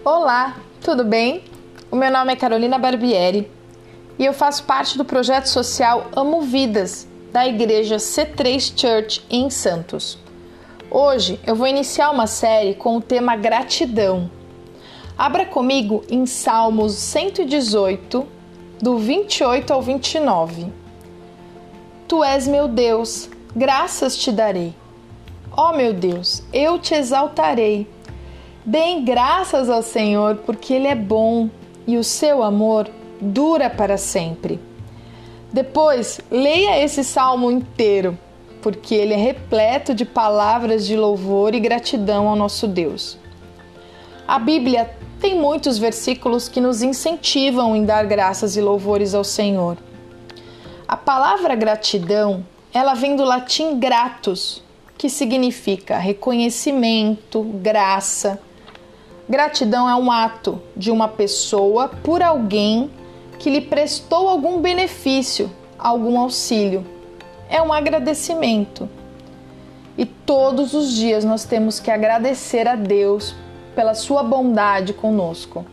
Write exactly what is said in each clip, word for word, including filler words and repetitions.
Olá, tudo bem? O meu nome é Carolina Barbieri e eu faço parte do projeto social Amo Vidas, da Igreja C três Church em Santos. Hoje eu vou iniciar uma série com o tema gratidão. Abra comigo em Salmos cento e dezoito, do vinte e oito ao vinte e nove. Tu és meu Deus, graças te darei. Ó meu Deus, eu te exaltarei. Deem graças ao Senhor, porque Ele é bom e o seu amor dura para sempre. Depois, leia esse salmo inteiro, porque ele é repleto de palavras de louvor e gratidão ao nosso Deus. A Bíblia tem muitos versículos que nos incentivam em dar graças e louvores ao Senhor. A palavra gratidão, ela vem do latim gratus, que significa reconhecimento, graça. Gratidão é um ato de uma pessoa por alguém que lhe prestou algum benefício, algum auxílio. É um agradecimento. E todos os dias nós temos que agradecer a Deus pela sua bondade conosco.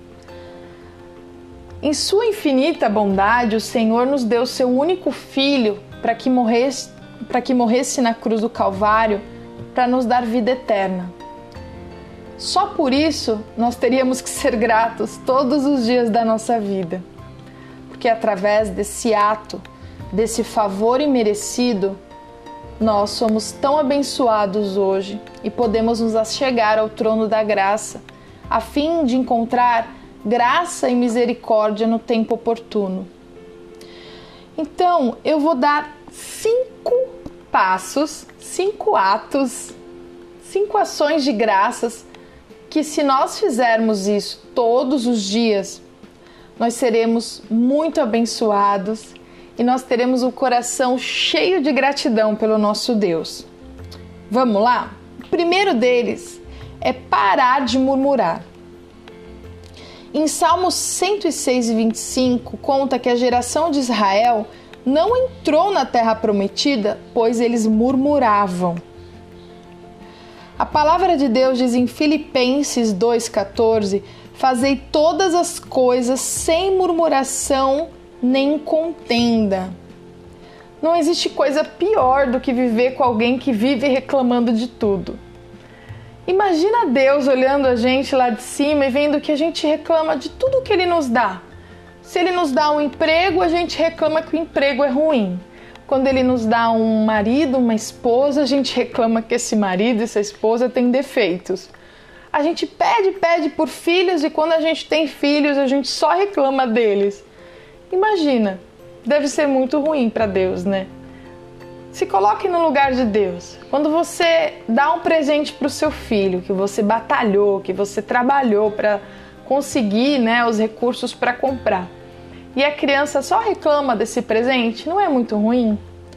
Em sua infinita bondade, o Senhor nos deu seu único filho para que morresse, para que morresse na cruz do Calvário, para nos dar vida eterna. Só por isso nós teríamos que ser gratos todos os dias da nossa vida, porque através desse ato, desse favor imerecido, nós somos tão abençoados hoje e podemos nos achegar ao trono da graça, a fim de encontrar graça e misericórdia no tempo oportuno. Então, eu vou dar cinco passos, cinco atos, cinco ações de graças que, se nós fizermos isso todos os dias, nós seremos muito abençoados e nós teremos o coração cheio de gratidão pelo nosso Deus. Vamos lá? O primeiro deles é parar de murmurar. Em Salmos cento e seis e vinte e cinco, conta que a geração de Israel não entrou na terra prometida, pois eles murmuravam. A palavra de Deus diz em Filipenses dois, quatorze, fazei todas as coisas sem murmuração nem contenda. Não existe coisa pior do que viver com alguém que vive reclamando de tudo. Imagina Deus olhando a gente lá de cima e vendo que a gente reclama de tudo que Ele nos dá. Se Ele nos dá um emprego, a gente reclama que o emprego é ruim. Quando Ele nos dá um marido, uma esposa, a gente reclama que esse marido, essa esposa tem defeitos. A gente pede, pede por filhos e quando a gente tem filhos, a gente só reclama deles. Imagina, deve ser muito ruim para Deus, né? Se coloque no lugar de Deus. Quando você dá um presente para o seu filho, que você batalhou, que você trabalhou para conseguir, né, os recursos para comprar, e a criança só reclama desse presente, não é muito ruim?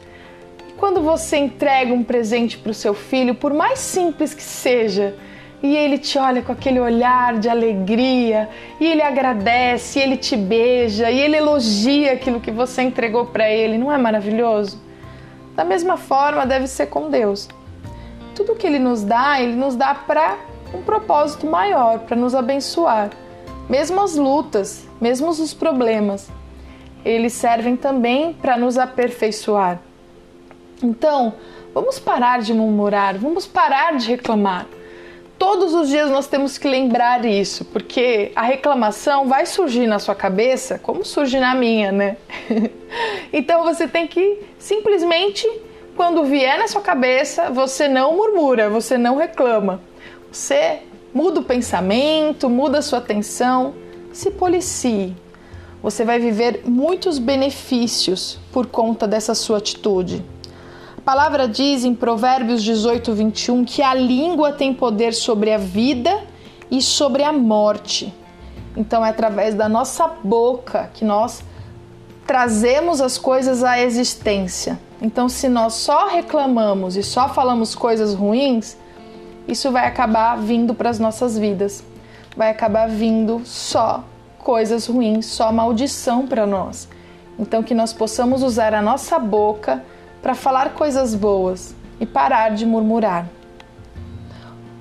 E quando você entrega um presente para o seu filho, por mais simples que seja, e ele te olha com aquele olhar de alegria, e ele agradece, e ele te beija, e ele elogia aquilo que você entregou para ele, não é maravilhoso? Da mesma forma deve ser com Deus. Tudo que Ele nos dá, Ele nos dá para um propósito maior, para nos abençoar. Mesmo as lutas, mesmo os problemas, eles servem também para nos aperfeiçoar. Então, vamos parar de murmurar, vamos parar de reclamar. Todos os dias nós temos que lembrar isso, porque a reclamação vai surgir na sua cabeça, como surge na minha, né? Então você tem que simplesmente, quando vier na sua cabeça, você não murmura, você não reclama. Você muda o pensamento, muda a sua atenção, se policie. Você vai viver muitos benefícios por conta dessa sua atitude. A palavra diz em Provérbios dezoito, vinte e um que a língua tem poder sobre a vida e sobre a morte. Então é através da nossa boca que nós trazemos as coisas à existência. Então se nós só reclamamos e só falamos coisas ruins, isso vai acabar vindo para as nossas vidas. Vai acabar vindo só coisas ruins, só maldição para nós. Então que nós possamos usar a nossa boca para falar coisas boas e parar de murmurar.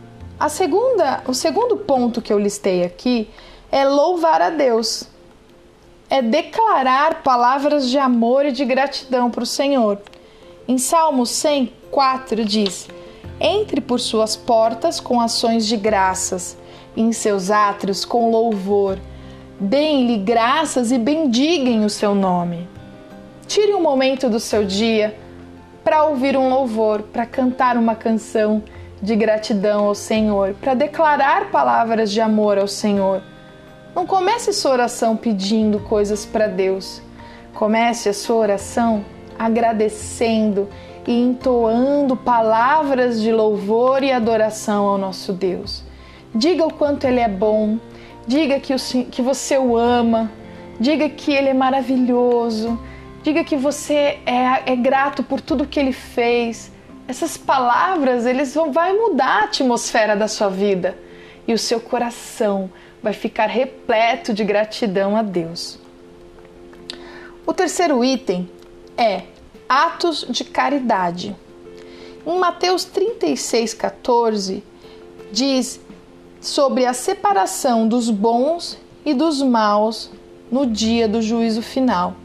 A segunda, o segundo ponto que eu listei aqui é louvar a Deus. É declarar palavras de amor e de gratidão para o Senhor. Em Salmo cem, quatro diz: entre por suas portas com ações de graças, e em seus átrios com louvor. Deem-lhe graças e bendiguem o seu nome. Tire um momento do seu dia para ouvir um louvor, para cantar uma canção de gratidão ao Senhor, para declarar palavras de amor ao Senhor. Não comece sua oração pedindo coisas para Deus. Comece a sua oração agradecendo e entoando palavras de louvor e adoração ao nosso Deus. Diga o quanto Ele é bom, diga que, o, que você o ama, diga que Ele é maravilhoso, diga que você é, é grato por tudo que Ele fez. Essas palavras, eles vão vai mudar a atmosfera da sua vida e o seu coração vai ficar repleto de gratidão a Deus. O terceiro item é atos de caridade. Em Mateus trinta e seis, quatorze, diz sobre a separação dos bons e dos maus no dia do juízo final.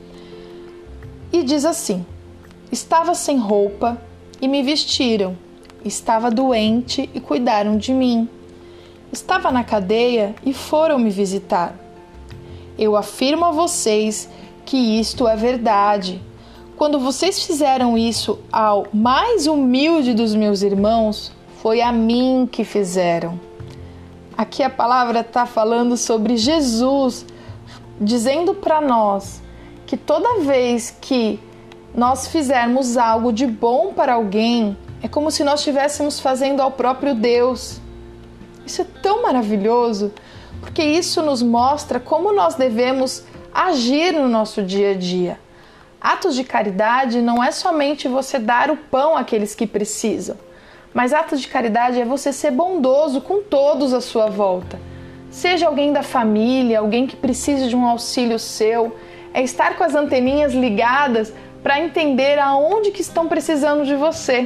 E diz assim: estava sem roupa e me vestiram, estava doente e cuidaram de mim, estava na cadeia e foram me visitar. Eu afirmo a vocês que isto é verdade. Quando vocês fizeram isso ao mais humilde dos meus irmãos, foi a mim que fizeram. Aqui a palavra está falando sobre Jesus, dizendo para nós que toda vez que nós fizermos algo de bom para alguém, é como se nós estivéssemos fazendo ao próprio Deus. Isso é tão maravilhoso, porque isso nos mostra como nós devemos agir no nosso dia a dia. Atos de caridade não é somente você dar o pão àqueles que precisam, mas atos de caridade é você ser bondoso com todos à sua volta. Seja alguém da família, alguém que precise de um auxílio seu, é estar com as anteninhas ligadas para entender aonde que estão precisando de você.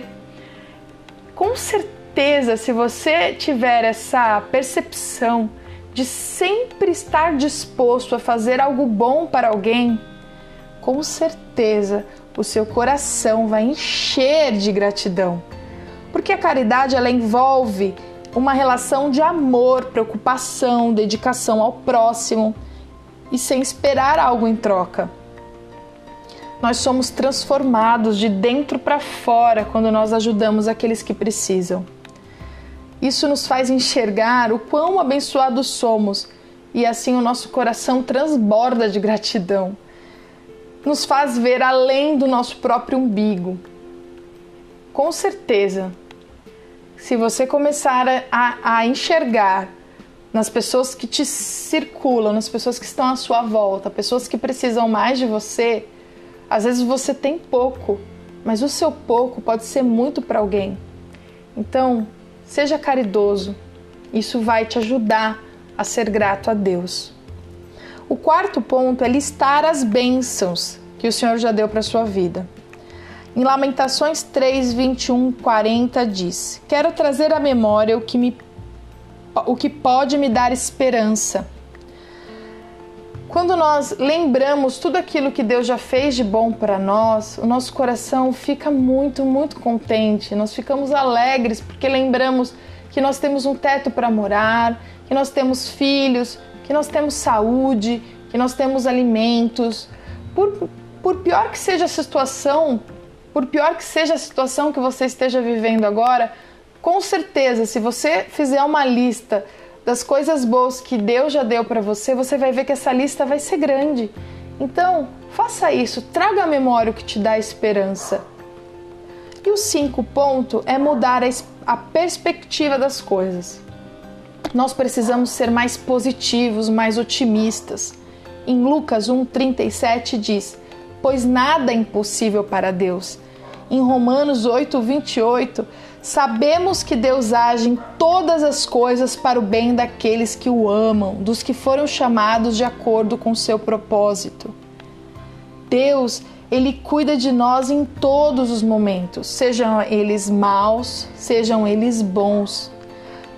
Com certeza, se você tiver essa percepção de sempre estar disposto a fazer algo bom para alguém, com certeza o seu coração vai encher de gratidão. Porque a caridade, ela envolve uma relação de amor, preocupação, dedicação ao próximo e sem esperar algo em troca. Nós somos transformados de dentro para fora quando nós ajudamos aqueles que precisam. Isso nos faz enxergar o quão abençoados somos e assim o nosso coração transborda de gratidão. Nos faz ver além do nosso próprio umbigo. Com certeza, se você começar a, a enxergar nas pessoas que te circulam, nas pessoas que estão à sua volta, pessoas que precisam mais de você, às vezes você tem pouco, mas o seu pouco pode ser muito para alguém. Então, seja caridoso. Isso vai te ajudar a ser grato a Deus. O quarto ponto é listar as bênçãos que o Senhor já deu para a sua vida. Em Lamentações três, vinte e um, quarenta diz: quero trazer à memória o que, me, o que pode me dar esperança. Quando nós lembramos tudo aquilo que Deus já fez de bom para nós, o nosso coração fica muito, muito contente. Nós ficamos alegres porque lembramos que nós temos um teto para morar, que nós temos filhos, que nós temos saúde, que nós temos alimentos. Por, por pior que seja a situação, por pior que seja a situação que você esteja vivendo agora, com certeza, se você fizer uma lista das coisas boas que Deus já deu para você, você vai ver que essa lista vai ser grande. Então, faça isso, traga à memória o que te dá esperança. E o cinco ponto é mudar a, a perspectiva das coisas. Nós precisamos ser mais positivos, mais otimistas. Em Lucas um, trinta e sete diz: pois nada é impossível para Deus. Em Romanos oito, vinte e oito, sabemos que Deus age em todas as coisas para o bem daqueles que o amam, dos que foram chamados de acordo com o seu propósito. Deus, Ele cuida de nós em todos os momentos, sejam eles maus, sejam eles bons.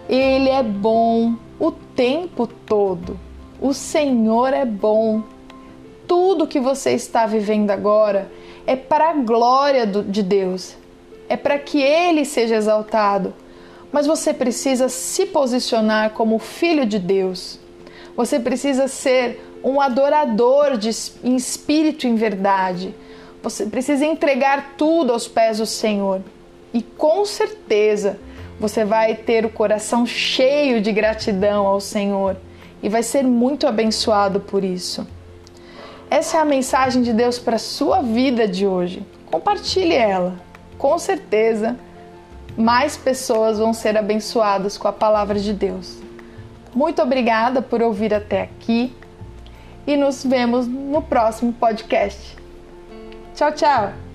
Ele é bom o tempo todo. O Senhor é bom. Tudo que você está vivendo agora é para a glória do, de Deus. É para que Ele seja exaltado. Mas você precisa se posicionar como filho de Deus. Você precisa ser um adorador de, em espírito e em verdade. Você precisa entregar tudo aos pés do Senhor. E com certeza você vai ter o coração cheio de gratidão ao Senhor e vai ser muito abençoado por isso. Essa é a mensagem de Deus para a sua vida de hoje. Compartilhe ela. Com certeza, mais pessoas vão ser abençoadas com a palavra de Deus. Muito obrigada por ouvir até aqui e nos vemos no próximo podcast. Tchau, tchau!